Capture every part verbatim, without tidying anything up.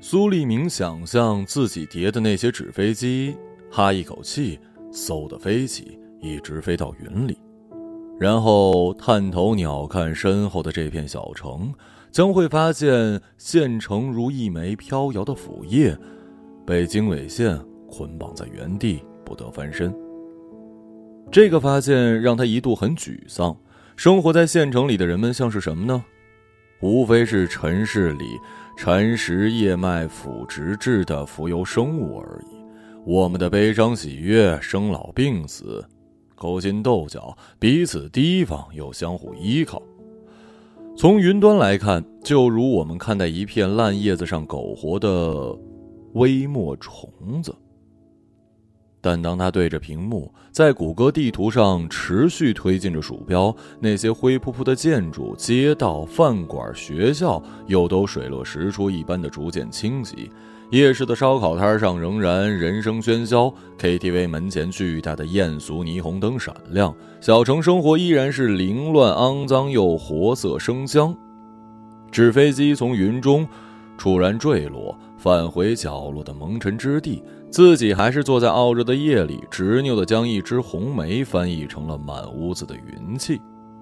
苏立明想象自己叠的那些纸飞机，哈一口气，嗖地飞起，一直飞到云里，然后探头鸟看身后的这片小城，将会发现县城如一枚飘摇的腐叶，被经纬线捆绑在原地，不得翻身。这个发现让他一度很沮丧。生活在县城里的人们像是什么呢？无非是尘世里蚕食叶脉腐殖质的浮游生物而已。我们的悲伤喜悦，生老病死，勾心斗角，彼此提防又相互依靠。从云端来看，就如我们看待一片烂叶子上苟活的微末虫子。但当他对着屏幕，在谷歌地图上持续推进着鼠标，那些灰扑扑的建筑、街道、饭馆、学校又都水落石出一般的逐渐清晰。夜市的烧烤摊上仍然人声喧嚣， K T V 门前巨大的艳俗霓虹灯闪亮，小城生活依然是凌乱肮脏又活色生香。纸飞机从云中突然坠落，返回角落的蒙尘之地，自己还是坐在傲热的夜里，执拗地将一枝红梅翻译成了满屋子的云气。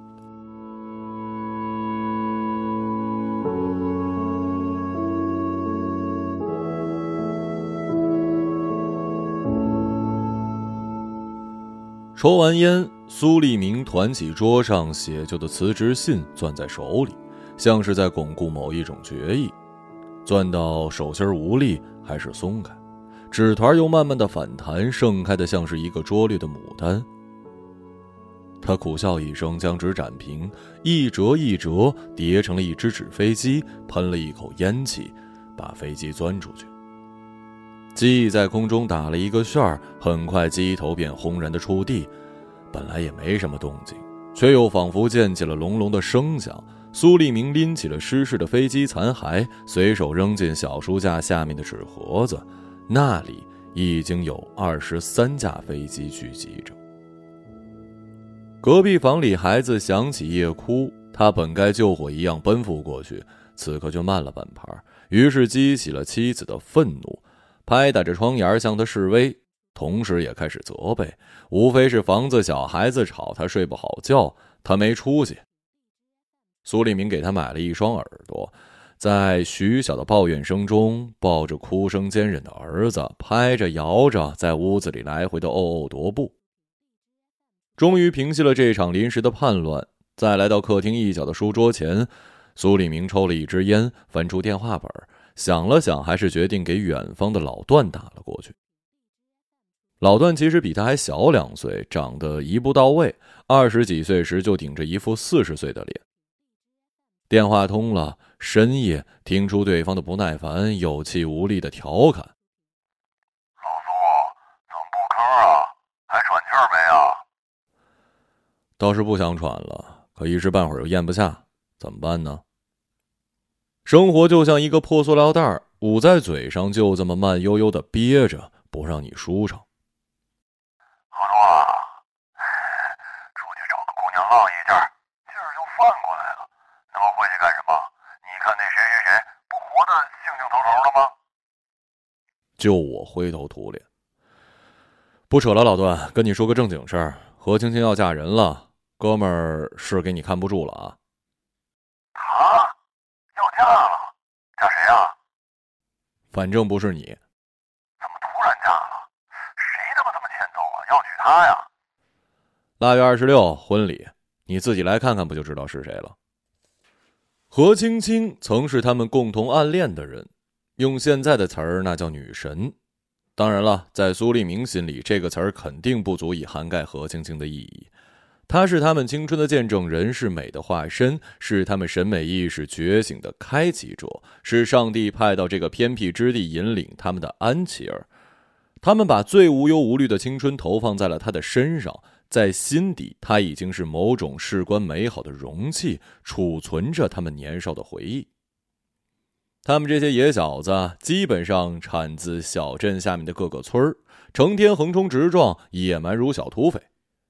抽完烟，苏立明团起桌上写就的辞职信，攥在手里，像是在巩固某一种决议。攥到手心无力，还是松开，纸团又慢慢的反弹，盛开的像是一个拙劣的牡丹。他苦笑一声，将纸展平，一折一折叠成了一只纸飞机，喷了一口烟气，把飞机钻出去。机翼在空中打了一个旋儿，很快机头便轰然的触地。本来也没什么动静，却又仿佛溅起了隆隆的声响。苏立明拎起了失事的飞机残骸，随手扔进小书架下面的纸盒子，那里已经有二十三架飞机聚集着。隔壁房里孩子响起夜哭，他本该救火一样奔赴过去，此刻就慢了半拍，于是激起了妻子的愤怒，拍打着窗沿向他示威，同时也开始责备，无非是房子小，孩子吵，他睡不好觉，他没出息。苏立明给他买了一双耳朵，在徐小的抱怨声中，抱着哭声坚忍的儿子，拍着摇着，在屋子里来回的嗷嗷踱步。终于平息了这场临时的叛乱，再来到客厅一角的书桌前，苏立明抽了一支烟，翻出电话本，想了想，还是决定给远方的老段打了过去。老段其实比他还小两岁，长得一步到位，二十几岁时就顶着一副四十岁的脸。电话通了，深夜听出对方的不耐烦，有气无力的调侃：“ 老苏，怎么不吭啊？还喘气儿没啊？”“ 倒是不想喘了，可一时半会儿又咽不下，怎么办呢？”生活就像一个破塑料袋，捂在嘴上，就这么慢悠悠的憋着，不让你舒畅。 老周啊，出去找个姑娘浪一下，劲儿就翻过来了。那么回去干什么？你看那谁谁谁不活得兴兴头头的吗？ 就我灰头土脸。不扯了，老段，跟你说个正经事儿，何青青要嫁人了，哥们儿是给你看不住了啊。 啊？要嫁了？嫁谁啊？ 反正不是你。 怎么突然嫁了？谁他妈这么欠揍啊？要娶她呀？ 腊月二十六婚礼，你自己来看看不就知道是谁了。何青青曾是他们共同暗恋的人，用现在的词儿，那叫女神。当然了，在苏立明心里，这个词儿肯定不足以涵盖何青青的意义。她是他们青春的见证人，是美的化身，是他们审美意识觉醒的开启者，是上帝派到这个偏僻之地引领他们的安琪儿。他们把最无忧无虑的青春投放在了她的身上，在心底，她已经是某种事关美好的容器，储存着他们年少的回忆。他们这些野小子基本上产自小镇下面的各个村儿，成天横冲直撞，野蛮如小土匪。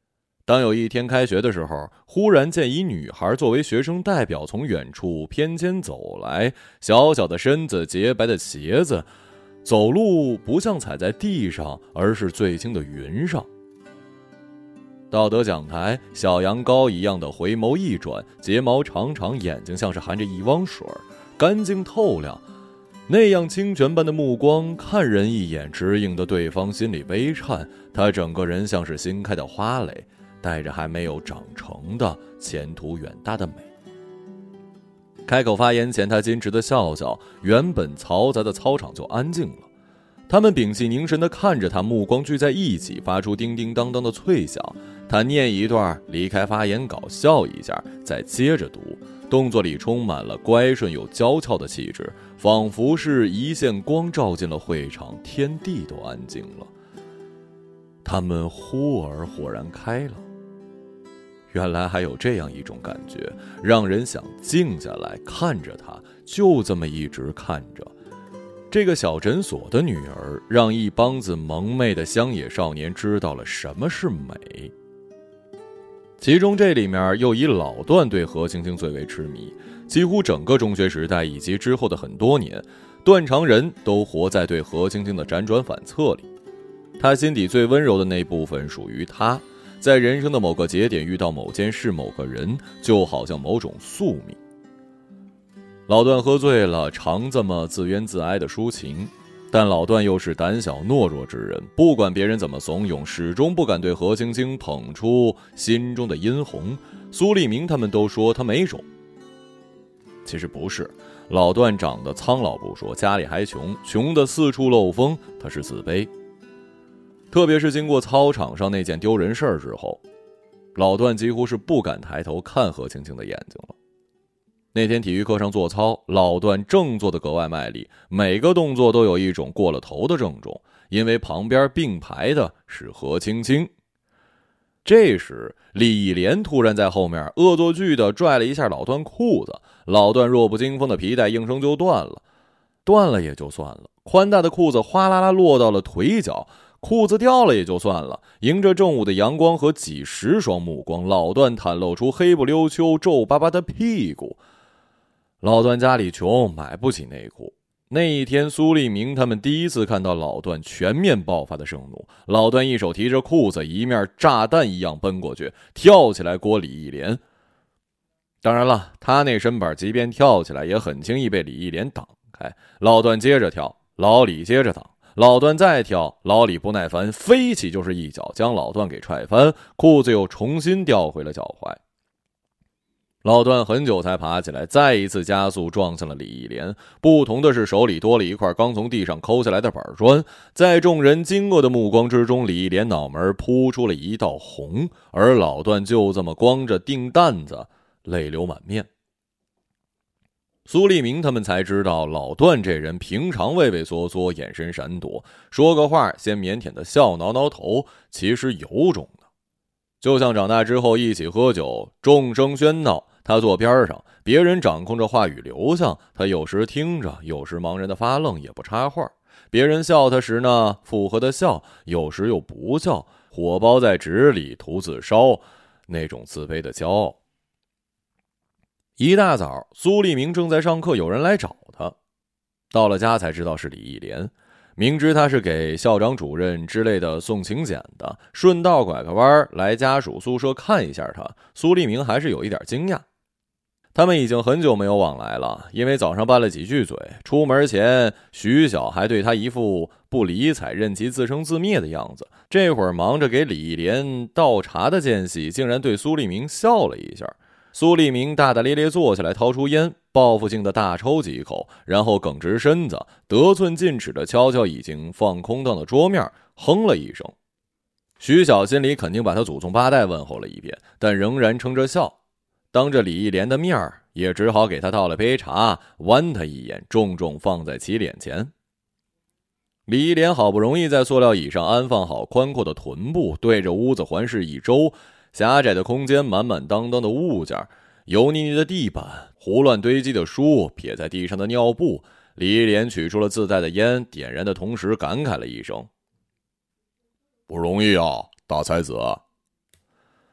当有一天开学的时候，忽然见一女孩作为学生代表从远处偏肩走来，小小的身子，洁白的鞋子，走路不像踩在地上，而是最轻的云上。道德讲台，小羊羔一样的回眸一转，睫毛长长，眼睛像是含着一汪水，干净透亮。那样清泉般的目光，看人一眼，直映得对方心里微颤。他整个人像是新开的花蕾，带着还没有长成的前途远大的美。开口发言前，他矜持的笑笑，原本嘈杂的操场就安静了。他们屏气凝神地看着他，目光聚在一起，发出叮叮当当的脆响。他念一段，离开发言稿，笑一下，再接着读，动作里充满了乖顺又娇俏的气质，仿佛是一线光照进了会场，天地都安静了。他们忽而豁然开朗，原来还有这样一种感觉，让人想静下来看着他，就这么一直看着。这个小诊所的女儿，让一帮子蒙昧的乡野少年知道了什么是美。其中这里面又以老段对何青青最为痴迷，几乎整个中学时代以及之后的很多年，段长人都活在对何青青的辗转反侧里。他心底最温柔的那部分属于他，在人生的某个节点遇到某件事某个人，就好像某种宿命。老段喝醉了，常这么自怨自哀的抒情，但老段又是胆小懦弱之人，不管别人怎么怂恿，始终不敢对何青青捧出心中的殷红。苏立明他们都说他没种，其实不是，老段长得苍老不说，家里还穷，穷得四处漏风，他是自卑。特别是经过操场上那件丢人事儿之后，老段几乎是不敢抬头看何青青的眼睛了。那天体育课上做操，老段正做得格外卖力，每个动作都有一种过了头的郑重，因为旁边并排的是何青青。这时李一莲突然在后面恶作剧地拽了一下老段裤子，老段弱不禁风的皮带应声就断了。断了也就算了，宽大的裤子哗啦啦落到了腿脚，裤子掉了也就算了，迎着正午的阳光和几十双目光，老段袒露出黑不溜秋皱巴巴的屁股。老段家里穷，买不起内裤。那一天苏立明他们第一次看到老段全面爆发的盛怒，老段一手提着裤子，一面炸弹一样奔过去，跳起来掴李一莲。当然了，他那身板即便跳起来也很轻易被李一莲挡开，老段接着跳，老李接着挡，老段再跳，老李不耐烦飞起就是一脚将老段给踹翻，裤子又重新掉回了脚踝。老段很久才爬起来，再一次加速撞向了李一莲。不同的是，手里多了一块刚从地上抠下来的板砖。在众人惊愕的目光之中，李一莲脑门扑出了一道红，而老段就这么光着腚蛋子，泪流满面。苏立明他们才知道，老段这人平常畏畏缩缩，眼神闪躲，说个话先腼腆的笑，挠挠头，其实有种的。就像长大之后一起喝酒，众声喧闹，他坐边上，别人掌控着话语流向，他有时听着，有时茫然的发愣，也不插话。别人笑他时呢，附和的笑，有时又不笑，火包在纸里，图自烧，那种自卑的骄傲。一大早，苏立明正在上课，有人来找他，到了家才知道是李一莲。明知他是给校长主任之类的送请柬的，顺道拐个弯来家属宿舍看一下他，苏立明还是有一点惊讶。他们已经很久没有往来了，因为早上拌了几句嘴，出门前徐晓还对他一副不理睬任其自生自灭的样子，这会儿忙着给李一莲倒茶的间隙，竟然对苏立明笑了一下。苏立明大大咧咧坐下来，掏出烟，报复性的大抽几口，然后耿直身子，得寸进尺的敲敲已经放空荡的桌面，哼了一声。徐晓心里肯定把他祖宗八代问候了一遍，但仍然撑着笑，当着李一莲的面也只好给他倒了杯茶，剜他一眼，重重放在其脸前。李一莲好不容易在塑料椅上安放好宽阔的臀部，对着屋子环视一周，狭窄的空间，满满当当的物件，油腻腻的地板，胡乱堆积的书，撇在地上的尿布。李一莲取出了自带的烟，点燃的同时感慨了一声：“不容易啊，大才子。”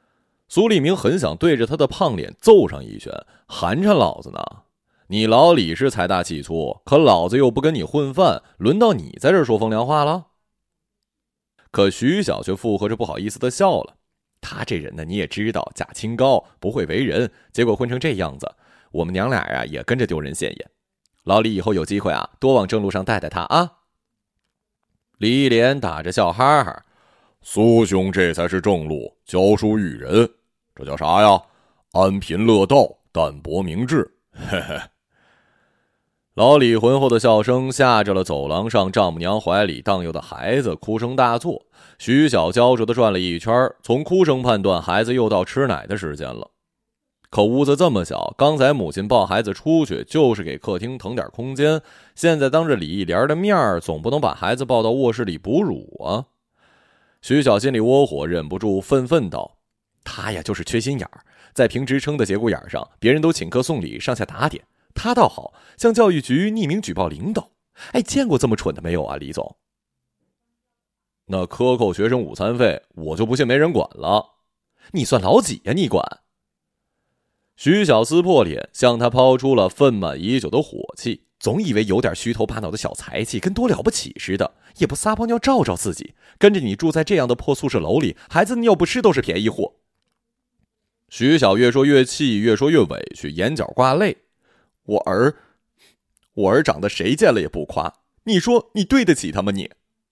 苏立明很想对着他的胖脸揍上一拳，寒碜老子呢。你老李是财大气粗，可老子又不跟你混饭，轮到你在这说风凉话了？可徐晓却附和着不好意思的笑了。他这人呢，你也知道，假清高，不会为人，结果混成这样子，我们娘俩啊也跟着丢人现眼。老李以后有机会啊，多往正路上带带他啊。李一莲打着笑哈哈， 苏兄这才是正路，教书育人，这叫啥呀？安贫乐道，淡泊明志，嘿嘿。 老李浑厚的笑声吓着了走廊上丈母娘怀里荡悠的孩子，哭声大作。徐晓焦灼地转了一圈，从哭声判断孩子又到吃奶的时间了。可屋子这么小，刚才母亲抱孩子出去就是给客厅腾点空间，现在当着李一莲的面，总不能把孩子抱到卧室里哺乳啊。徐晓心里窝火，忍不住愤愤道：他呀就是缺心眼儿，在评职称的节骨眼上，别人都请客送礼上下打点，他倒好，向教育局匿名举报领导。哎，见过这么蠢的没有啊，李总？那克扣学生午餐费，我就不信没人管了。你算老几呀？你管？徐晓撕破脸，向他抛出了愤懑已久的火气。总以为有点虚头巴脑的小财气，跟多了不起似的，也不撒泡尿照照自己。跟着你住在这样的破宿舍楼里，孩子尿不湿都是便宜货。徐晓越说越气，越说越委屈，眼角挂泪。我儿，我儿长得谁见了也不夸，你说你对得起他吗你？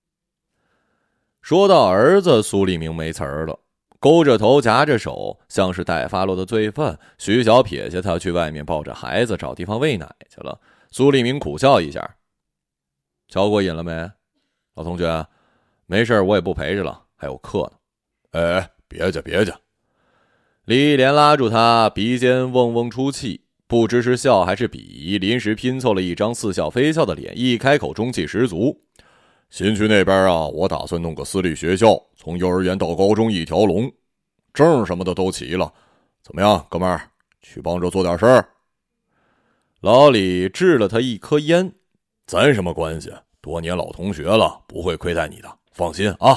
说到儿子，苏立明没词儿了，勾着头夹着手，像是待发落的罪犯。徐晓撇下他去外面抱着孩子找地方喂奶去了。苏立明苦笑一下，瞧过瘾了没？老同学，没事我也不陪着了，还有课呢。 哎，别介别介。 李一莲拉住他，鼻尖嗡嗡出气，不知是笑还是鄙夷，临时拼凑了一张似笑非笑的脸，一开口中气十足。 新区那边啊，我打算弄个私立学校，从幼儿园到高中一条龙，证什么的都齐了。怎么样，哥们儿，去帮着做点事儿？ 老李掷了他一颗烟， 咱什么关系？多年老同学了，不会亏待你的，放心啊。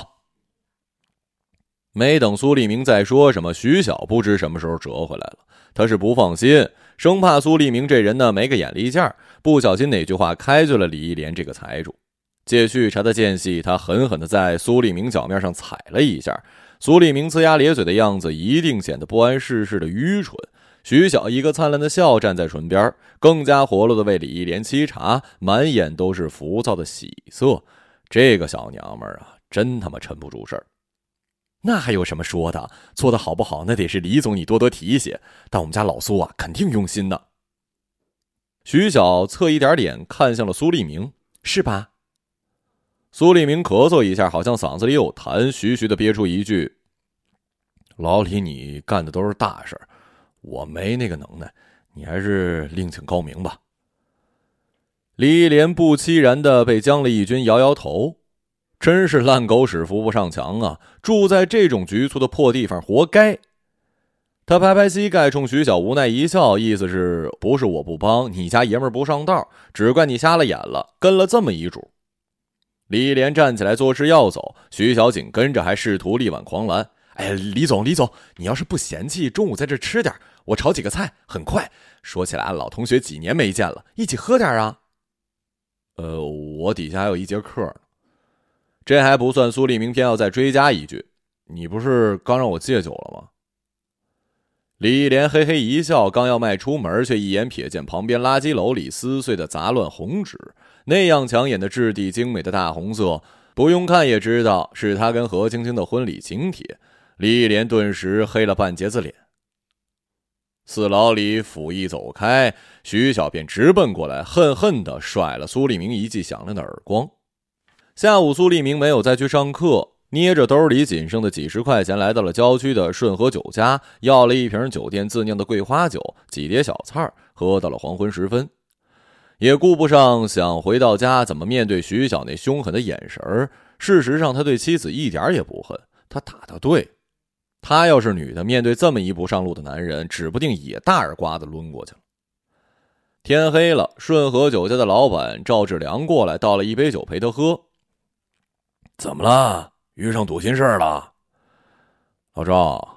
没等苏立明再说什么，徐晓不知什么时候折回来了。他是不放心，生怕苏立明这人呢没个眼力劲儿，不小心哪句话开罪了李一莲这个财主。借续茬的间隙，他狠狠地在苏立明脚面上踩了一下。苏立明呲牙咧嘴的样子一定显得不谙世事的愚蠢。徐晓一个灿烂的笑站在唇边，更加活络地为李一莲沏茶，满眼都是浮躁的喜色。这个小娘们儿啊，真他妈沉不住事儿。那还有什么说的？做得好不好，那得是李总你多多提携，但我们家老苏啊，肯定用心呢。徐晓侧一点脸看向了苏立明，是吧？苏立明咳嗽一下，好像嗓子里有痰，徐徐地憋出一句：老李你干的都是大事，我没那个能耐，你还是另请高明吧。李一莲不期然地被姜了一军，摇摇头，真是烂狗屎扶不上墙啊，住在这种局促的破地方活该。他拍拍膝盖，冲徐晓无奈一笑，意思是不是我不帮，你家爷们儿不上道，只怪你瞎了眼了，跟了这么一主。李一莲站起来作势要走，徐晓紧跟着还试图力挽狂澜。哎，李总李总，你要是不嫌弃，中午在这吃点，我炒几个菜很快。说起来老同学几年没见了，一起喝点啊。呃我底下还有一节课呢。这还不算，苏立明偏要再追加一句，你不是刚让我戒酒了吗？李一莲嘿嘿一笑，刚要迈出门，却一眼瞥见旁边垃圾篓里撕碎的杂乱红纸，那样抢眼的质地精美的大红色，不用看也知道是他跟何青青的婚礼请帖。李一莲顿时黑了半截子脸。四老李甫一走开，徐晓便直奔过来，恨恨地甩了苏立明一记响亮的耳光。下午苏立明没有再去上课，捏着兜里仅剩的几十块钱来到了郊区的顺和酒家，要了一瓶酒店自酿的桂花酒，几碟小菜，喝到了黄昏时分。也顾不上想回到家怎么面对徐晓那凶狠的眼神。事实上他对妻子一点也不恨，他打得对。他要是女的，面对这么一不上路的男人，指不定也大耳刮子抡过去了。天黑了，顺和酒家的老板赵志良过来倒了一杯酒陪他喝。 怎么了？遇上堵心事了？ 老赵，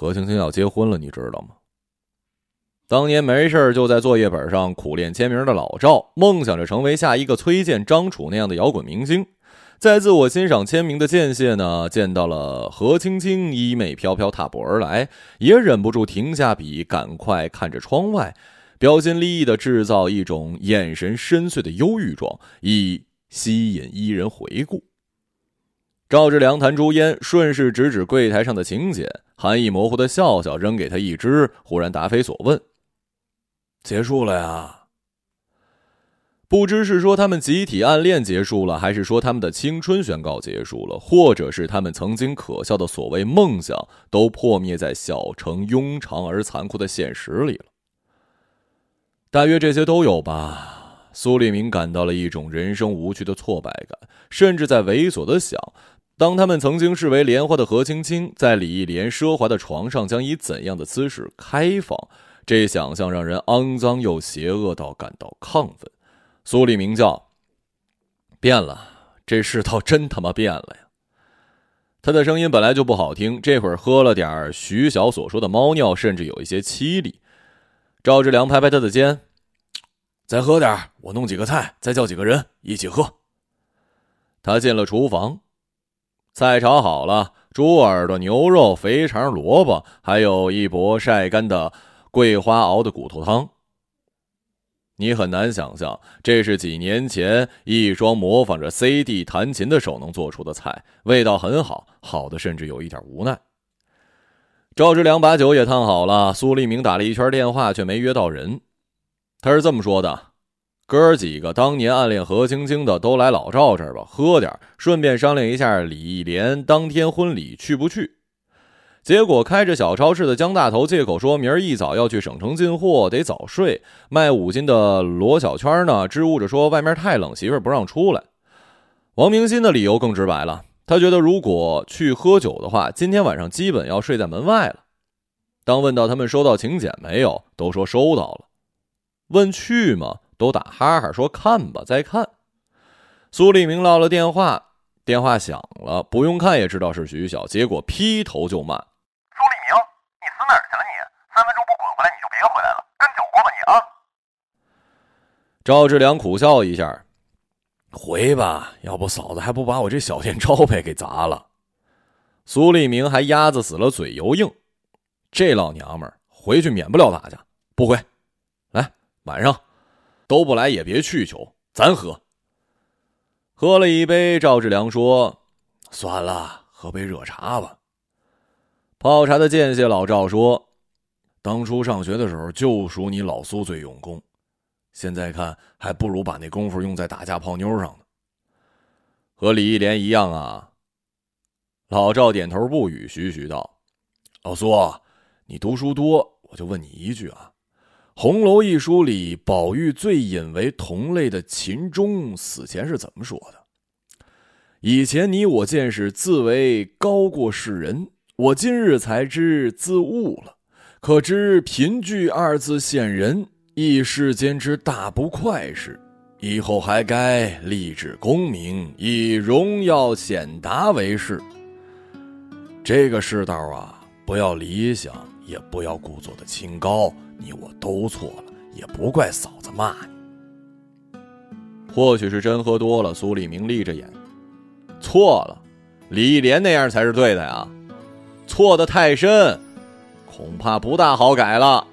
何青青要结婚了，你知道吗？当年没事就在作业本上苦练签名的老赵，梦想着成为下一个崔健、张楚那样的摇滚明星。在自我欣赏签名的间隙呢，见到了何青青衣袂飘飘踏步而来，也忍不住停下笔，赶快看着窗外，标新立异地制造一种眼神深邃的忧郁状，以吸引伊人回顾。赵志良弹珠烟，顺势指指柜台上的请柬，含义模糊的笑笑，扔给他一支，忽然答非所问：结束了呀？不知是说他们集体暗恋结束了，还是说他们的青春宣告结束了，或者是他们曾经可笑的所谓梦想都破灭在小城庸长而残酷的现实里了。大约这些都有吧。苏立明感到了一种人生无趣的挫败感，甚至在猥琐地想，当他们曾经视为莲花的何青青在李忆莲奢华的床上将以怎样的姿势开放，这想象让人肮脏又邪恶到感到亢奋。苏立明叫变了，这世道真他妈变了呀。他的声音本来就不好听，这会儿喝了点徐晓所说的猫尿，甚至有一些凄厉。赵志良拍拍他的肩，再喝点，我弄几个菜，再叫几个人一起喝。他进了厨房，菜炒好了，猪耳朵、牛肉、肥肠、萝卜，还有一钵晒干的桂花熬的骨头汤。你很难想象，这是几年前一双模仿着 C D 弹琴的手能做出的菜，味道很好，好的甚至有一点无奈。赵志良把酒也烫好了，苏立明打了一圈电话，却没约到人。他是这么说的：哥几个当年暗恋何青青的都来老赵这儿吧，喝点，顺便商量一下李忆莲当天婚礼去不去。结果开着小超市的江大头借口说明儿一早要去省城进货，得早睡。卖五金的罗小圈呢，支吾着说外面太冷，媳妇儿不让出来。王明新的理由更直白了，他觉得如果去喝酒的话，今天晚上基本要睡在门外了。当问到他们收到请柬没有，都说收到了。问去吗，都打哈哈说看吧，再看。苏立明唠了电话，电话响了，不用看也知道是徐晓，结果劈头就骂： 苏立明，你死哪儿去了你？三分钟不滚回来你就别回来了，跟酒过吧你啊！ 赵志良苦笑一下，回吧，要不嫂子还不把我这小店招牌给砸了。苏立明还鸭子死了嘴油硬，这老娘们儿回去免不了打架，不回来，晚上都不来也别去求，咱喝。喝了一杯，赵志良说：算了，喝杯热茶吧。泡茶的间隙，老赵说：当初上学的时候就属你老苏最用功，现在看还不如把那功夫用在打架泡妞上呢。和李忆莲一样啊。老赵点头不语，徐徐道：老苏，你读书多，我就问你一句啊，《红楼》一书里，宝玉最引为同类的秦钟死前是怎么说的？以前你我见识自为高过世人，我今日才知自误了。可知贫窭二字现人，亦世间之大不快事。以后还该立志功名，以荣耀显达为事。这个世道啊，不要理想，也不要故作的清高，你我都错了，也不怪嫂子骂你。或许是真喝多了，苏立明立着眼，错了，李忆莲那样才是对的呀，错得太深，恐怕不大好改了。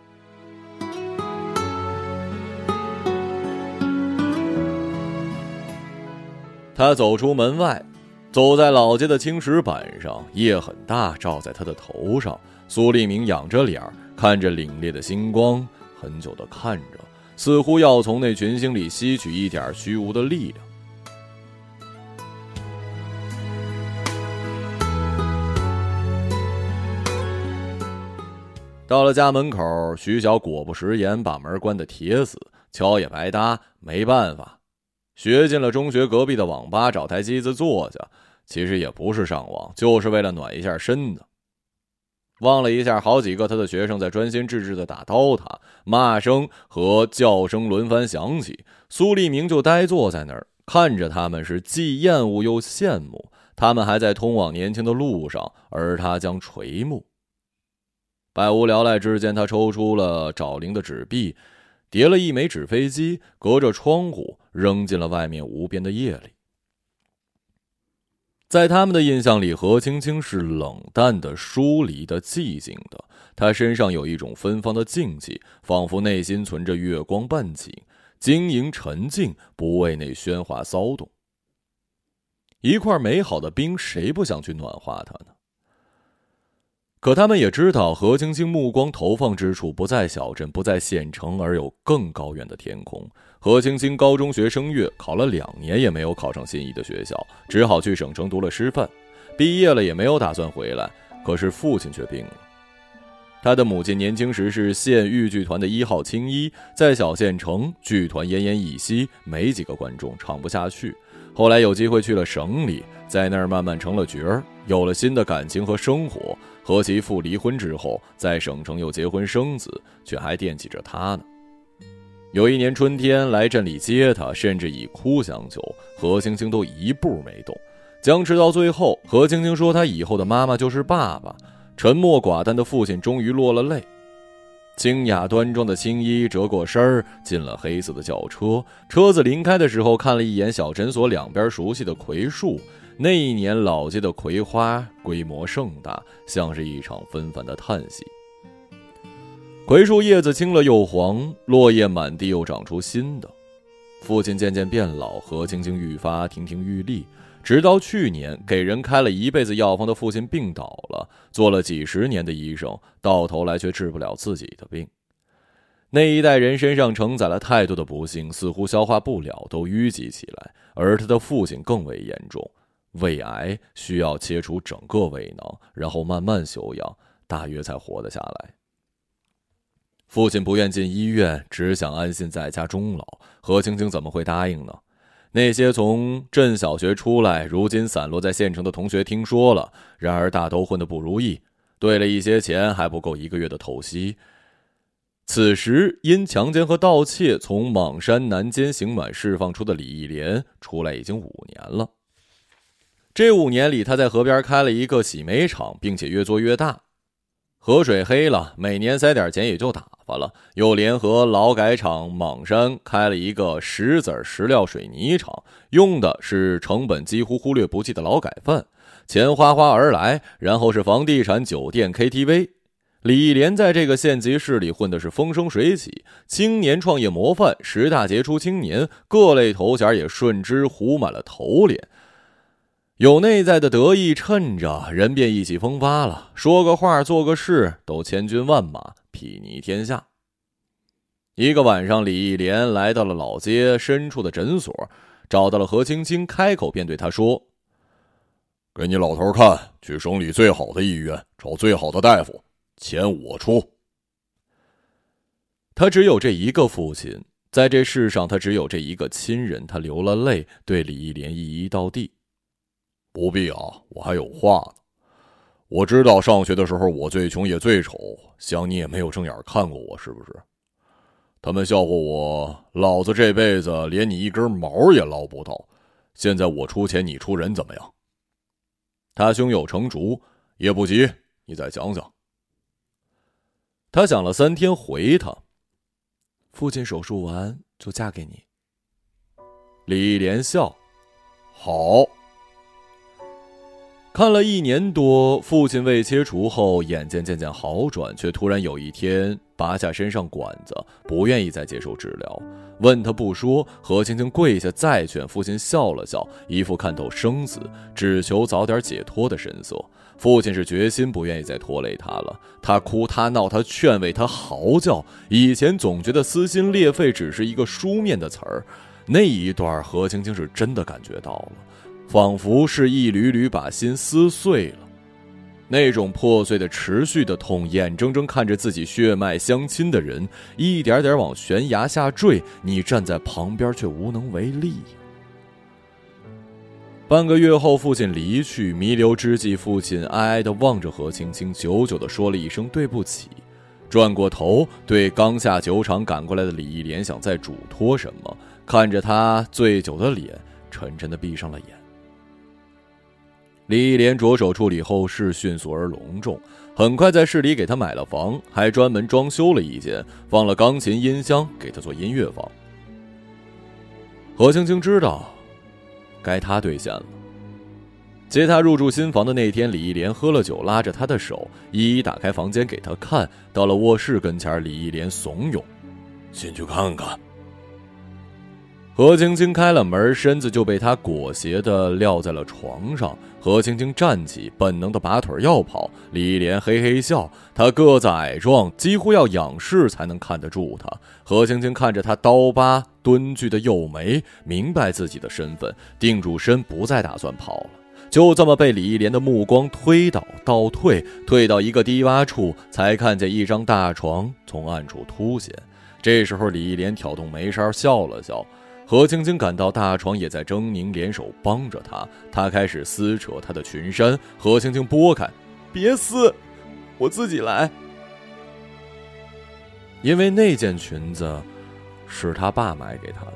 他走出门外，走在老街的青石板上，夜很大，照在他的头上。苏立明仰着脸，看着凛冽的星光，很久地看着，似乎要从那群星里吸取一点虚无的力量。到了家门口，徐晓果不食言，把门关得铁死，敲也白搭，没办法。学进了中学隔壁的网吧，找台机子坐下，其实也不是上网，就是为了暖一下身子。望了一下好几个他的学生在专心致志地打刀塔，骂声和叫声轮番响起，苏立明就呆坐在那儿，看着他们是既厌恶又羡慕。他们还在通往年轻的路上，而他将垂暮。 百无聊赖之间，他抽出了找零的纸币，叠了一枚纸飞机，隔着窗户扔进了外面无边的夜里。在他们的印象里，何青青是冷淡的、疏离的、寂静的。她身上有一种芬芳的静气，仿佛内心存着月光半景，晶莹沉静，不为那喧哗骚动。一块美好的冰，谁不想去暖化它呢？可他们也知道，何青青目光投放之处不在小镇，不在县城，而有更高远的天空。何青青高中学声乐，考了两年也没有考上心仪的学校，只好去省城读了师范。毕业了也没有打算回来，可是父亲却病了。他的母亲年轻时是县豫剧团的一号青衣，在小县城剧团奄奄一息，没几个观众，唱不下去。后来有机会去了省里，在那儿慢慢成了角儿，有了新的感情和生活。和其父离婚之后，在省城又结婚生子，却还惦记着他呢。有一年春天来镇里接他，甚至以哭相求，何青青都一步没动。僵持到最后，何青青说他以后的妈妈就是爸爸。沉默寡淡的父亲终于落了泪。清雅端庄的青衣折过身儿，进了黑色的轿车。车子临开的时候，看了一眼小诊所两边熟悉的葵树。那一年老街的葵花规模盛大，像是一场纷繁的叹息。葵树叶子青了又黄，落叶满地又长出新的。父亲渐渐变老，何青青愈发亭亭玉立。直到去年，给人开了一辈子药方的父亲病倒了，做了几十年的医生，到头来却治不了自己的病。那一代人身上承载了太多的不幸，似乎消化不了，都淤积起来。而他的父亲更为严重，胃癌需要切除整个胃囊，然后慢慢休养，大约才活得下来。父亲不愿进医院，只想安心在家终老。何青青怎么会答应呢？那些从镇小学出来，如今散落在县城的同学听说了，然而大都混得不如意，兑了一些钱还不够一个月的透析。此时因强奸和盗窃从莽山南监刑满释放出的李义莲出来已经五年了。这五年里，他在河边开了一个洗煤厂，并且越做越大。河水黑了，每年塞点钱也就打发了。又联合劳改厂莽山开了一个石子石料水泥厂，用的是成本几乎忽略不计的劳改犯。钱哗哗而来，然后是房地产、酒店、K T V。李义莲在这个县级市里混的是风生水起，青年创业模范，十大杰出青年，各类头衔也顺之糊满了头脸。有内在的得意衬着，人便意气风发了，说个话做个事都千军万马，睥睨天下。一个晚上，李义莲来到了老街深处的诊所，找到了何青青，开口便对他说：给你老头看，去省里最好的医院找最好的大夫，钱我出。他只有这一个父亲，在这世上他只有这一个亲人。他流了泪，对李义莲一一道地。不必啊，我还有话呢。我知道上学的时候我最穷也最丑，想你也没有正眼看过我，是不是？他们笑话我，老子这辈子连你一根毛也捞不到。现在我出钱，你出人，怎么样？他胸有成竹，也不急，你再讲讲。他想了三天，回他：父亲手术完就嫁给你。李义莲笑：好。看了一年多，父亲胃切除后眼见渐渐好转，却突然有一天拔下身上管子，不愿意再接受治疗。问他不说，何青青跪下再劝，父亲笑了笑，一副看透生死，只求早点解脱的神色。父亲是决心不愿意再拖累他了，他哭他闹他劝慰他嚎叫。以前总觉得撕心裂肺只是一个书面的词儿，那一段何青青是真的感觉到了，仿佛是一缕缕把心撕碎了。那种破碎的持续的痛，眼睁睁看着自己血脉相亲的人一点点往悬崖下坠，你站在旁边却无能为力。半个月后，父亲离去，弥留之际，父亲哀哀地望着何青青，久久地说了一声对不起，转过头对刚下酒厂赶过来的李义莲想再嘱托什么，看着他醉酒的脸，沉沉地闭上了眼。 李一莲着手处理后事，迅速而隆重，很快在市里给他买了房，还专门装修了一间，放了钢琴音箱，给他做音乐房。何青青知道该他兑现了。接他入住新房的那天，李一莲喝了酒，拉着他的手一一打开房间给他看。到了卧室跟前，李一莲怂恿：进去看看。何青青开了门，身子就被他裹挟地撂在了床上。何青青站起，本能地拔腿要跑。李一莲嘿嘿笑，他个子矮壮，几乎要仰视才能看得住他。何青青看着他刀疤蹲踞的右眉，明白自己的身份，定住身，不再打算跑了。就这么被李一莲的目光推倒倒退，退到一个低洼处，才看见一张大床从暗处凸显。这时候李一莲挑动眉梢笑了笑。何青青感到大床也在狰狞联手帮着她，她开始撕扯她的裙衫，何青青拨开：别撕，我自己来。因为那件裙子是他爸买给她的。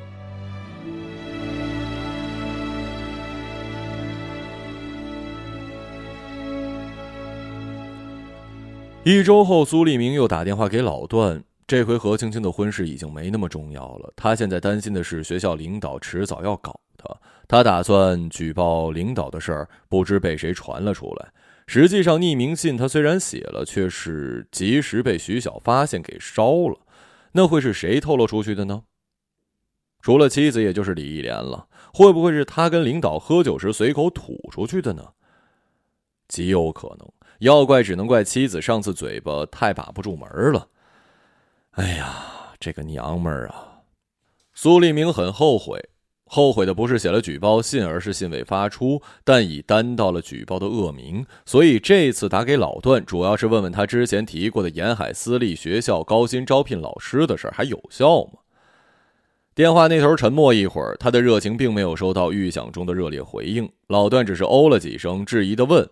一周后，苏立明又打电话给老段。这回何青青的婚事已经没那么重要了，他现在担心的是学校领导迟早要搞他，他打算举报领导的事儿，不知被谁传了出来。实际上匿名信他虽然写了，却是及时被徐晓发现给烧了。那会是谁透露出去的呢？除了妻子，也就是李一莲了。会不会是他跟领导喝酒时随口吐出去的呢？极有可能。要怪只能怪妻子上次嘴巴太把不住门了。哎呀，这个娘们儿啊！苏立明很后悔，后悔的不是写了举报信，而是信未发出，但已担到了举报的恶名。所以这次打给老段，主要是问问他之前提过的沿海私立学校高薪招聘老师的事还有效吗？电话那头沉默一会儿，他的热情并没有收到预想中的热烈回应。老段只是哦了几声，质疑地问：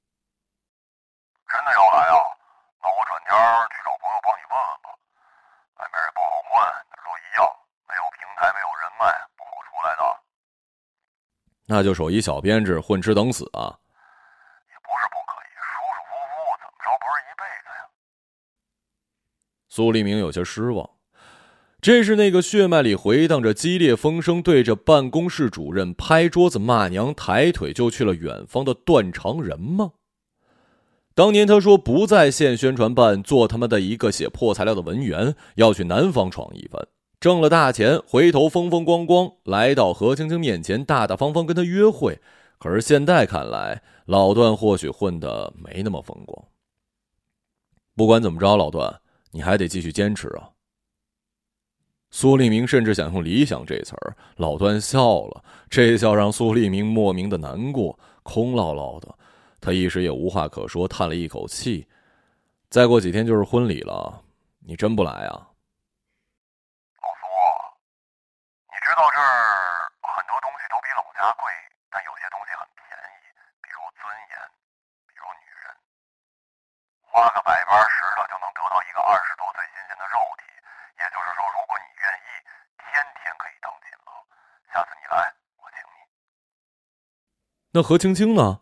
真的要来啊？那我转天去找朋友帮你问问吧。外面也不好混，哪都一样，没有平台，没有人脉，不好出来的。 那就手艺小编制，混吃等死啊！ 也不是不可以，舒舒服服，怎么着不是一辈子呀？ 苏立明有些失望。这是那个血脉里回荡着激烈风声，对着办公室主任拍桌子骂娘，抬腿就去了远方的段长仁吗？当年他说不在县宣传办做他们的一个写破材料的文员，要去南方闯一番，挣了大钱，回头风风光光来到何青青面前，大大方方跟他约会。可是现在看来，老段或许混得没那么风光。不管怎么着，老段你还得继续坚持啊。苏立明甚至想用理想这词儿，老段笑了，这笑让苏立明莫名的难过，空落落的。他一时也无话可说，叹了一口气。再过几天就是婚礼了，你真不来啊？ 老苏，你知道这儿很多东西都比老家贵，但有些东西很便宜，比如尊严，比如女人。花个百八十的就能得到一个二十多岁新鲜的肉体，也就是说，如果你愿意，天天可以当亲了。下次你来，我请你。 那何青青呢？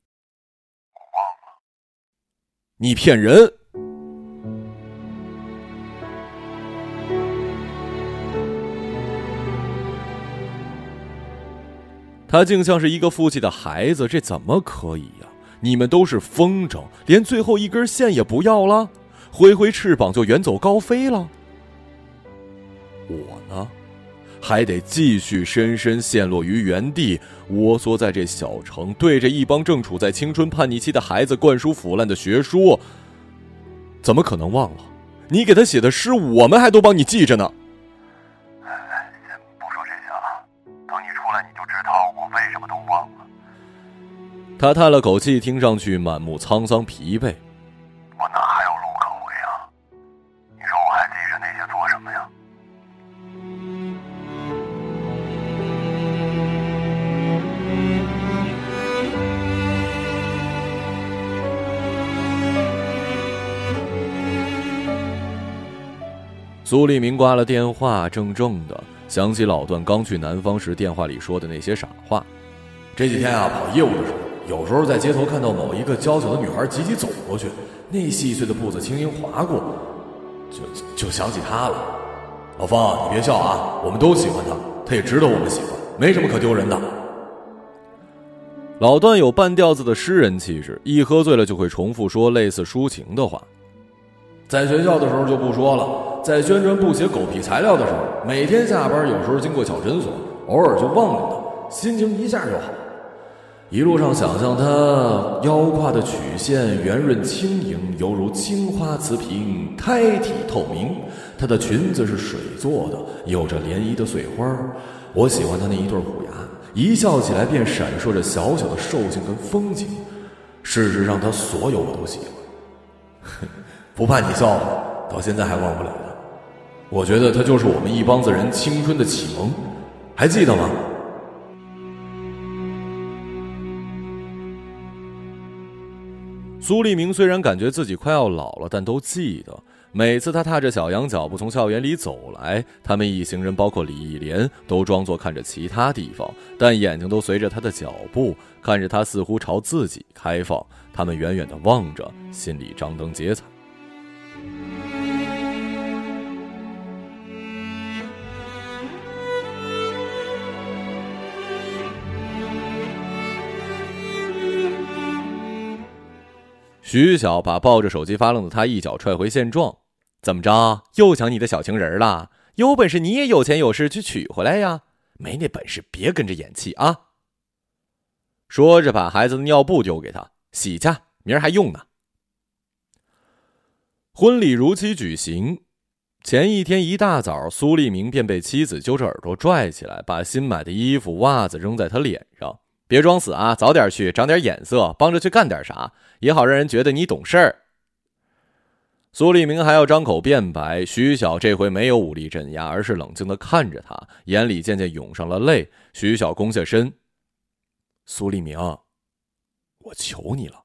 你骗人！他竟像是一个负气的孩子，这怎么可以呀？你们都是风筝，连最后一根线也不要了，挥挥翅膀就远走高飞了。我呢，还得继续深深陷落于原地，窝缩在这小城，对着一帮正处在青春叛逆期的孩子灌输腐烂的学说。怎么可能忘了？你给他写的诗，我们还都帮你记着呢。 哎，先不说这些了，等你出来你就知道我为什么都忘了。 他叹了口气，听上去满目沧桑疲惫。 我哪还有路可回啊？你说我还记着那些做什么呀？ 苏立明挂了电话，怔怔的想起老段刚去南方时电话里说的那些傻话。这几天啊，跑业务的时候有时候在街头看到某一个娇小的女孩急急走过去，那细碎的步子轻盈划过，就就想起她了。老方，你别笑啊，我们都喜欢她，她也值得我们喜欢，没什么可丢人的。老段有半调子的诗人气质，一喝醉了就会重复说类似抒情的话。在学校的时候就不说了，在宣传部写狗屁材料的时候，每天下班有时候经过小诊所，偶尔就望着他，心情一下就好。一路上想象他腰胯的曲线圆润轻盈，犹如青花瓷瓶，开体透明。她的裙子是水做的，有着涟漪的碎花。我喜欢她那一对虎牙，一笑起来便闪烁着小小的兽性跟风情。事实上，她所有我都喜欢。不怕你笑话，到现在还忘不了她。我觉得她就是我们一帮子人青春的启蒙，还记得吗？苏立明虽然感觉自己快要老了，但都记得每次他踏着小羊脚步从校园里走来，他们一行人包括李忆莲都装作看着其他地方，但眼睛都随着他的脚步，看着他似乎朝自己开放。他们远远地望着，心里张灯结彩。徐晓把抱着手机发愣的他一脚踹回现状。怎么着，又抢你的小情人了？有本事你也有钱有势去娶回来呀，没那本事别跟着演戏啊。说着把孩子的尿布丢给他，洗去，明儿还用呢。婚礼如期举行，前一天一大早，苏立明便被妻子揪着耳朵拽起来，把新买的衣服袜子扔在他脸上。别装死啊，早点去，长点眼色，帮着去干点啥，也好让人觉得你懂事儿。苏立明还要张口辩白，徐晓这回没有武力镇压，而是冷静地看着他，眼里渐渐涌上了泪。徐晓弓下身，苏立明，我求你了。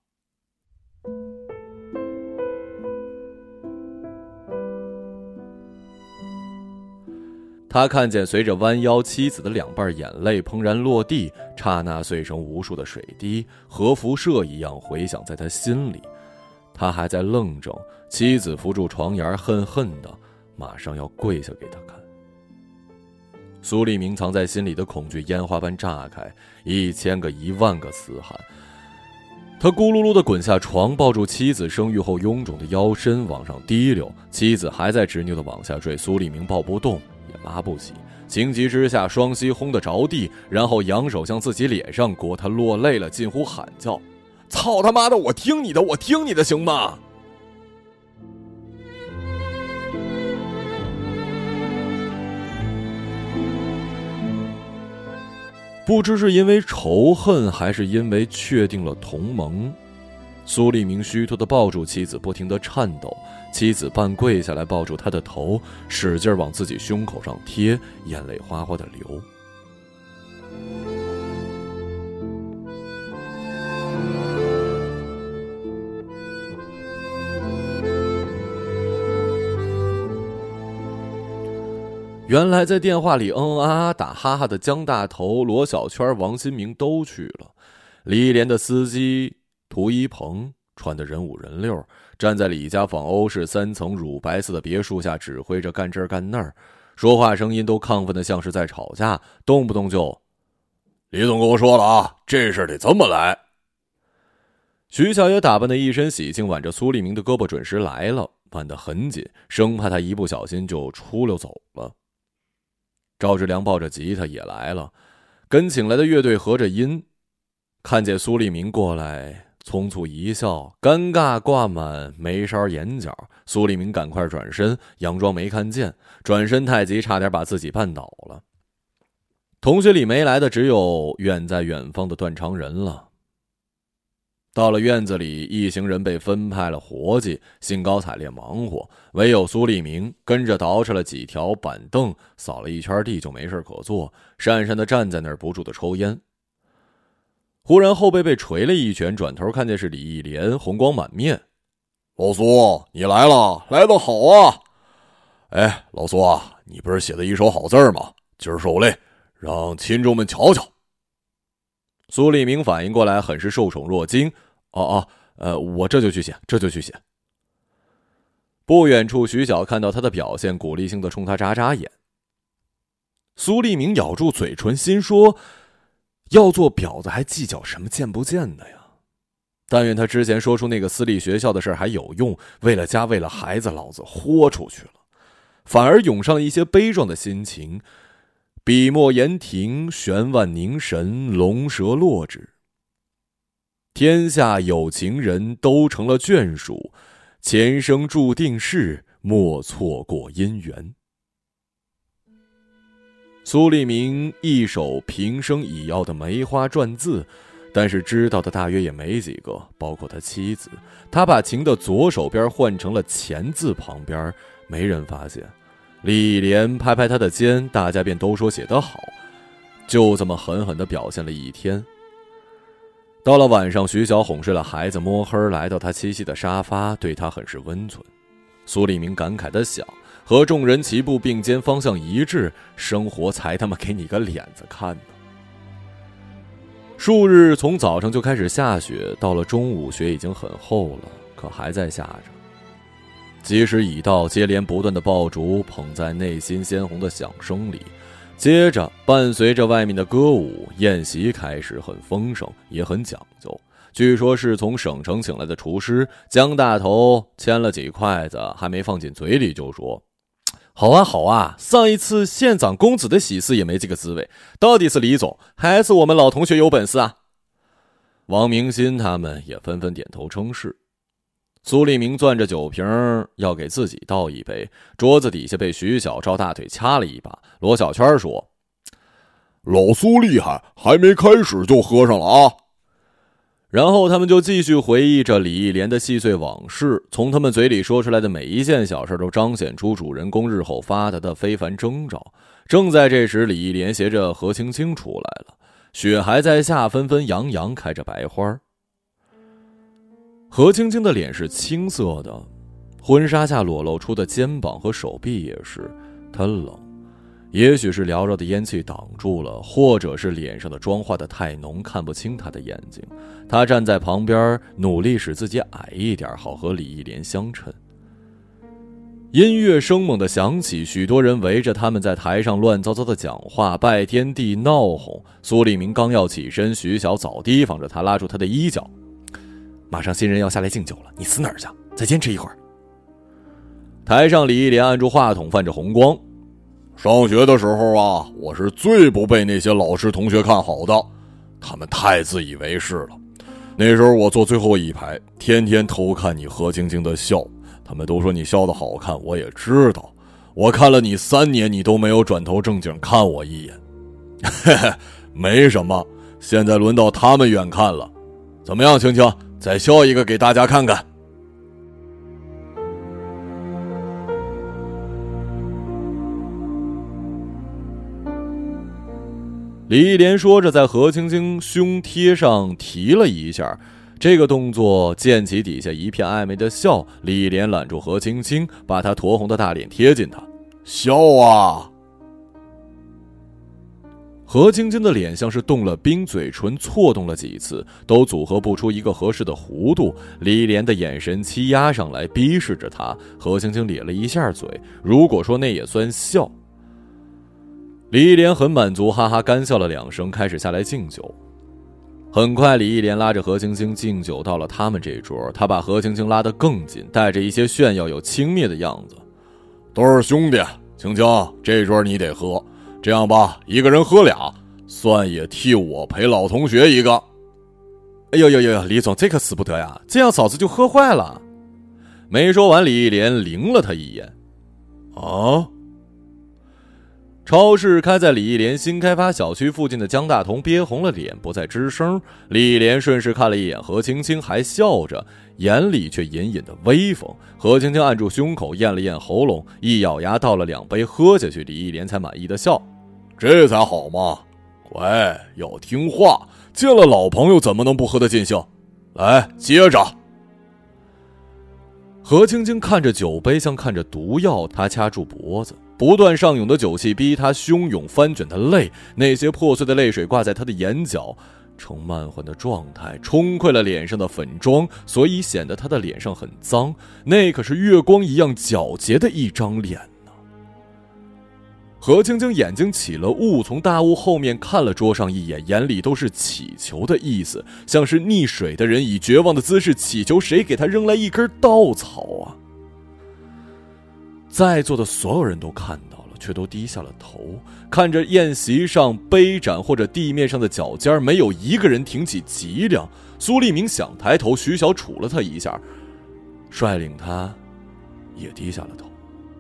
他看见随着弯腰妻子的两瓣眼泪怦然落地，刹那碎成无数的水滴，核辐射一样回响在他心里。他还在愣怔，妻子扶住床沿，恨恨的马上要跪下给他看。苏立明藏在心里的恐惧烟花般炸开，一千个一万个嘶喊。他咕噜噜地滚下床，抱住妻子生育后臃肿的腰身往上滴溜，妻子还在执拗地往下坠，苏立明抱不动也拉不起，情急之下双膝轰得着地，然后扬手向自己脸上裹，他落泪了，近乎喊叫：操他妈的，我听你的，我听你的，行吗？不知是因为仇恨还是因为确定了同盟，苏立明虚脱地抱住妻子，不停地颤抖。妻子半跪下来抱住他的头，使劲往自己胸口上贴，眼泪哗哗地流。原来在电话里嗯嗯啊啊打哈哈的江大头、罗小圈、王新明都去了。李忆莲的司机涂一鹏穿得人五人六，站在李家仿欧式三层乳白色的别墅下，指挥着干这儿干那儿，说话声音都亢奋的像是在吵架，动不动就李总跟我说了啊，这事得这么来。徐小也打扮得一身喜庆，挽着苏立明的胳膊准时来了，挽得很紧，生怕他一不小心就出溜走了。赵志良抱着吉他也来了，跟请来的乐队合着音，看见苏立明过来，匆促一笑，尴尬挂满眉梢眼角。苏立明赶快转身，佯装没看见，转身太急，差点把自己绊倒了。同学里没来的只有远在远方的段长仁了。到了院子里，一行人被分派了活计，兴高采烈忙活，唯有苏立明跟着捯饬了几条板凳，扫了一圈地就没事可做，讪讪地站在那儿不住地抽烟。忽然后背被捶了一拳，转头看见是李忆莲，红光满面。老苏，你来了，来得好啊！哎，老苏啊，你不是写的一手好字吗？今儿受累，让亲众们瞧瞧。 苏立明反应过来，很是受宠若惊。哦哦，呃，我这就去写，这就去写。不远处，徐晓看到他的表现，鼓励性的冲他眨眨眼。苏立明咬住嘴唇，心说：要做婊子还计较什么见不见的呀？但愿他之前说出那个私立学校的事还有用，为了家，为了孩子，老子豁出去了。反而涌上了一些悲壮的心情。笔墨言停，悬腕凝神，龙蛇落纸。天下有情人都成了眷属，前生注定是莫错过姻缘。苏立明一手平生已要的梅花篆字，但是知道的大约也没几个，包括他妻子。他把情的左手边换成了钱字旁边，没人发现。李莲拍拍他的肩，大家便都说写得好。就这么狠狠地表现了一天。到了晚上，徐晓哄睡了孩子，摸黑来到他栖息的沙发，对他很是温存。苏立明感慨地想，和众人齐步并肩，方向一致，生活才他妈给你个脸子看呢。数日从早上就开始下雪，到了中午雪已经很厚了，可还在下着。吉时已到，接连不断的爆竹捧在内心鲜红的响声里，接着伴随着外面的歌舞，宴席开始，很丰盛，也很讲究。据说是从省城请来的厨师，江大头牵了几筷子，还没放进嘴里就说：好啊好啊，上一次县长公子的喜事也没这个滋味，到底是李总还是我们老同学有本事啊？王明新他们也纷纷点头称是。苏立明攥着酒瓶要给自己倒一杯，桌子底下被徐晓照大腿掐了一把。罗小圈说： 老苏厉害，还没开始就喝上了啊。 然后他们就继续回忆着李忆莲的细碎往事，从他们嘴里说出来的每一件小事都彰显出主人公日后发达的非凡征兆。正在这时，李忆莲携着何青青出来了，雪还在下，纷纷扬扬开着白花。何青青的脸是青色的，婚纱下裸露出的肩膀和手臂也是。她冷，也许是缭绕的烟气挡住了，或者是脸上的妆化得太浓，看不清她的眼睛。她站在旁边，努力使自己矮一点，好和李忆莲相称。音乐生猛地响起，许多人围着他们在台上乱糟糟的讲话，拜天地闹哄。苏立明刚要起身，徐晓早提防着他，拉住他的衣角：马上新人要下来敬酒了，你死哪儿去？再坚持一会儿。台上李忆莲按住话筒，泛着红光： 上学的时候啊，我是最不被那些老师同学看好的，他们太自以为是了。那时候我坐最后一排，天天偷看你何晶晶的笑，他们都说你笑得好看，我也知道。我看了你三年，你都没有转头正经看我一眼。嘿嘿，没什么，现在轮到他们远看了。怎么样，青青，再笑一个给大家看看。 李忆莲说着，在何青青胸贴上提了一下，这个动作溅起底下一片暧昧的笑。李忆莲揽住何青青，把她酡红的大脸贴近她， 笑啊！ 何青青的脸像是冻了冰，嘴唇错动了几次，都组合不出一个合适的弧度。李忆莲的眼神欺压上来，逼视着她。何青青咧了一下嘴，如果说那也算笑。李忆莲很满足，哈哈干笑了两声，开始下来敬酒。很快，李忆莲拉着何青青敬酒到了他们这桌，她把何青青拉得更紧，带着一些炫耀又轻蔑的样子： 都是兄弟，青青，这桌你得喝。这样吧，一个人喝俩，算也替我陪老同学一个。 哎呦呦呦，李总这可死不得呀，这样嫂子就喝坏了。没说完，李忆莲凌了他一眼。 啊！ 超市开在李忆莲新开发小区附近的江大同憋红了脸，不再吱声。李忆莲顺势看了一眼何青青，还笑着，眼里却隐隐的威风。何青青按住胸口，咽了咽喉咙，一咬牙倒了两杯喝下去。李忆莲才满意的笑： 这才好嘛，乖，要听话，见了老朋友怎么能不喝得尽兴？来，接着。 何青青看着酒杯像看着毒药，她掐住脖子，不断上涌的酒气逼她汹涌翻卷的泪，那些破碎的泪水挂在她的眼角， 呈慢缓的状态，冲溃了脸上的粉妆，所以显得她的脸上很脏。那可是月光一样皎洁的一张脸呢。何青青眼睛起了雾，从大雾后面看了桌上一眼，眼里都是祈求的意思，像是溺水的人以绝望的姿势祈求谁给他扔来一根稻草啊。在座的所有人都看到了，却都低下了头，看着宴席上杯盏或者地面上的脚尖，没有一个人挺起脊梁。苏立明想抬头，徐晓杵了他一下，率领他也低下了头。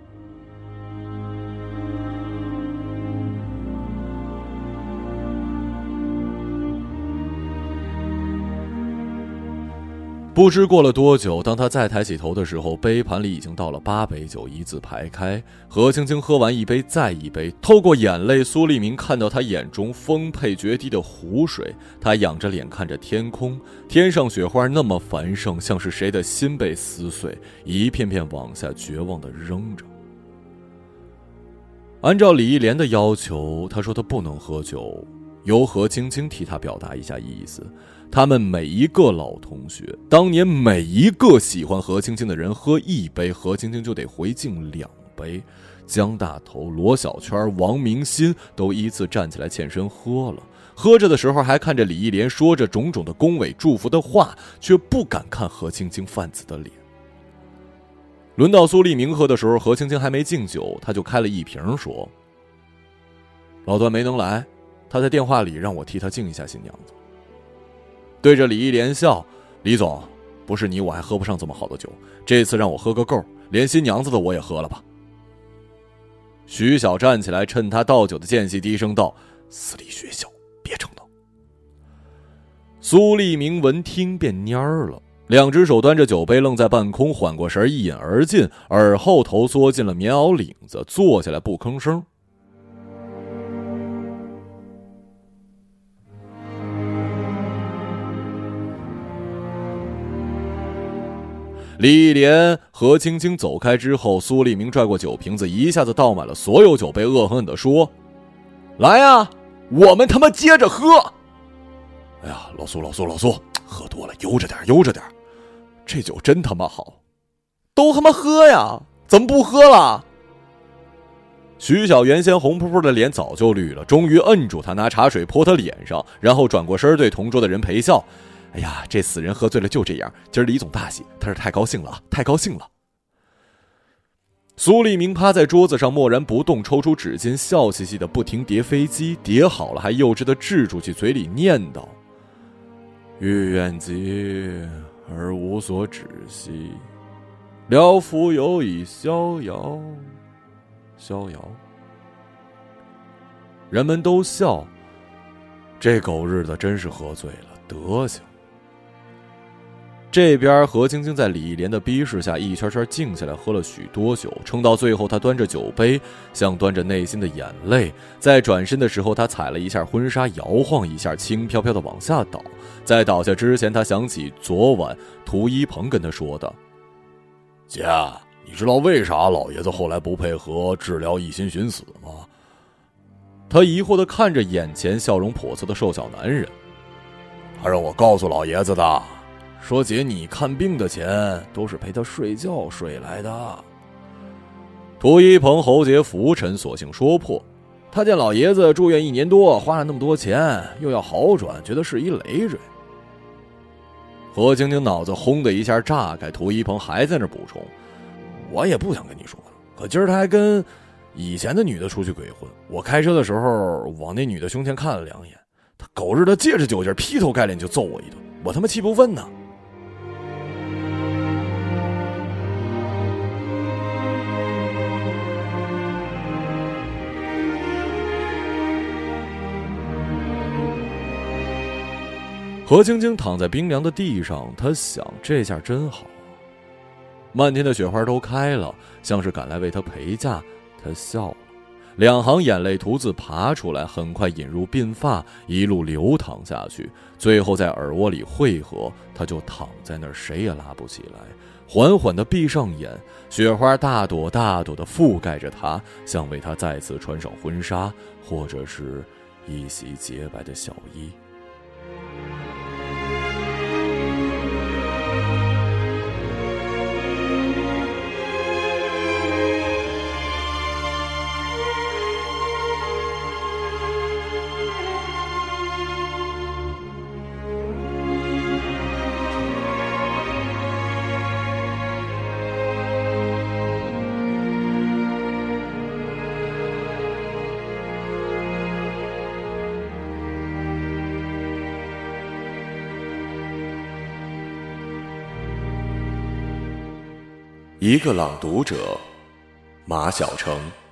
不知过了多久，当他再抬起头的时候，杯盘里已经倒了八杯酒，一字排开。何青青喝完一杯再一杯，透过眼泪，苏立明看到他眼中丰沛决堤的湖水。他仰着脸看着天空，天上雪花那么繁盛，像是谁的心被撕碎，一片片往下绝望地扔着。按照李一莲的要求，他说他不能喝酒，由何青青替他表达一下意思。他们每一个老同学，当年每一个喜欢何青青的人喝一杯，何青青就得回敬两杯。江大头、罗小圈、王明新都依次站起来欠身喝了。喝着的时候还看着李一莲说着种种的恭维祝福的话，却不敢看何青青泛紫的脸。轮到苏立明喝的时候，何青青还没敬酒，他就开了一瓶说：老段没能来，他在电话里让我替他敬一下新娘子。对着李一莲笑，李总，不是你我还喝不上这么好的酒，这次让我喝个够，连新娘子的我也喝了吧。徐晓站起来，趁他倒酒的间隙低声道：私立学校别逞能。苏立明闻听便蔫儿了，两只手端着酒杯愣在半空，缓过神一饮而尽，耳后头缩进了棉袄领子，坐下来不吭声。李一莲、何青青走开之后，苏立明拽过酒瓶子，一下子倒满了所有酒杯，恶狠狠地说：来呀，我们他妈接着喝！哎呀，老苏老苏老苏，喝多了悠着点悠着点，这酒真他妈好，都他妈喝呀，怎么不喝了？徐晓原先红扑扑的脸早就绿了，终于摁住他，拿茶水泼他脸上，然后转过身对同桌的人陪笑：哎呀，这死人喝醉了就这样，今儿李总大喜，他是太高兴了，太高兴了。苏立明趴在桌子上默然不动，抽出纸巾，笑嘻嘻的不停叠飞机，叠好了还幼稚的掷出去，嘴里念叨：欲远及而无所止息，了夫有以逍遥，逍遥。人们都笑，这狗日的真是喝醉了，德行。这边何青青在李一莲的逼视下一圈圈静下来，喝了许多酒，撑到最后他端着酒杯像端着内心的眼泪，在转身的时候他踩了一下婚纱，摇晃一下，轻飘飘的往下倒。在倒下之前，他想起昨晚涂一鹏跟他说的： 姐，你知道为啥老爷子后来不配合治疗一心寻死吗？ 他疑惑地看着眼前笑容叵测的瘦小男人。 他让我告诉老爷子的，说姐你看病的钱都是陪他睡觉睡来的。 涂一鹏喉结浮沉，索性说破： 他见老爷子住院一年多，花了那么多钱，又要好转，觉得是一累赘。 何青青脑子轰的一下炸开，涂一鹏还在那补充： 我也不想跟你说了，可今儿他还跟以前的女的出去鬼混，我开车的时候往那女的胸前看了两眼，他狗日的借着酒劲劈头盖脸就揍我一顿，我他妈气不愤呢。何青青躺在冰凉的地上，她想这下真好。漫天的雪花都开了，像是赶来为她陪嫁。她笑了，两行眼泪独自爬出来，很快引入鬓发，一路流淌下去，最后在耳窝里汇合。她就躺在那儿，谁也拉不起来，缓缓地闭上眼，雪花大朵大朵地覆盖着她，像为她再次穿上婚纱，或者是一袭洁白的小衣。 一个朗读者，马晓成。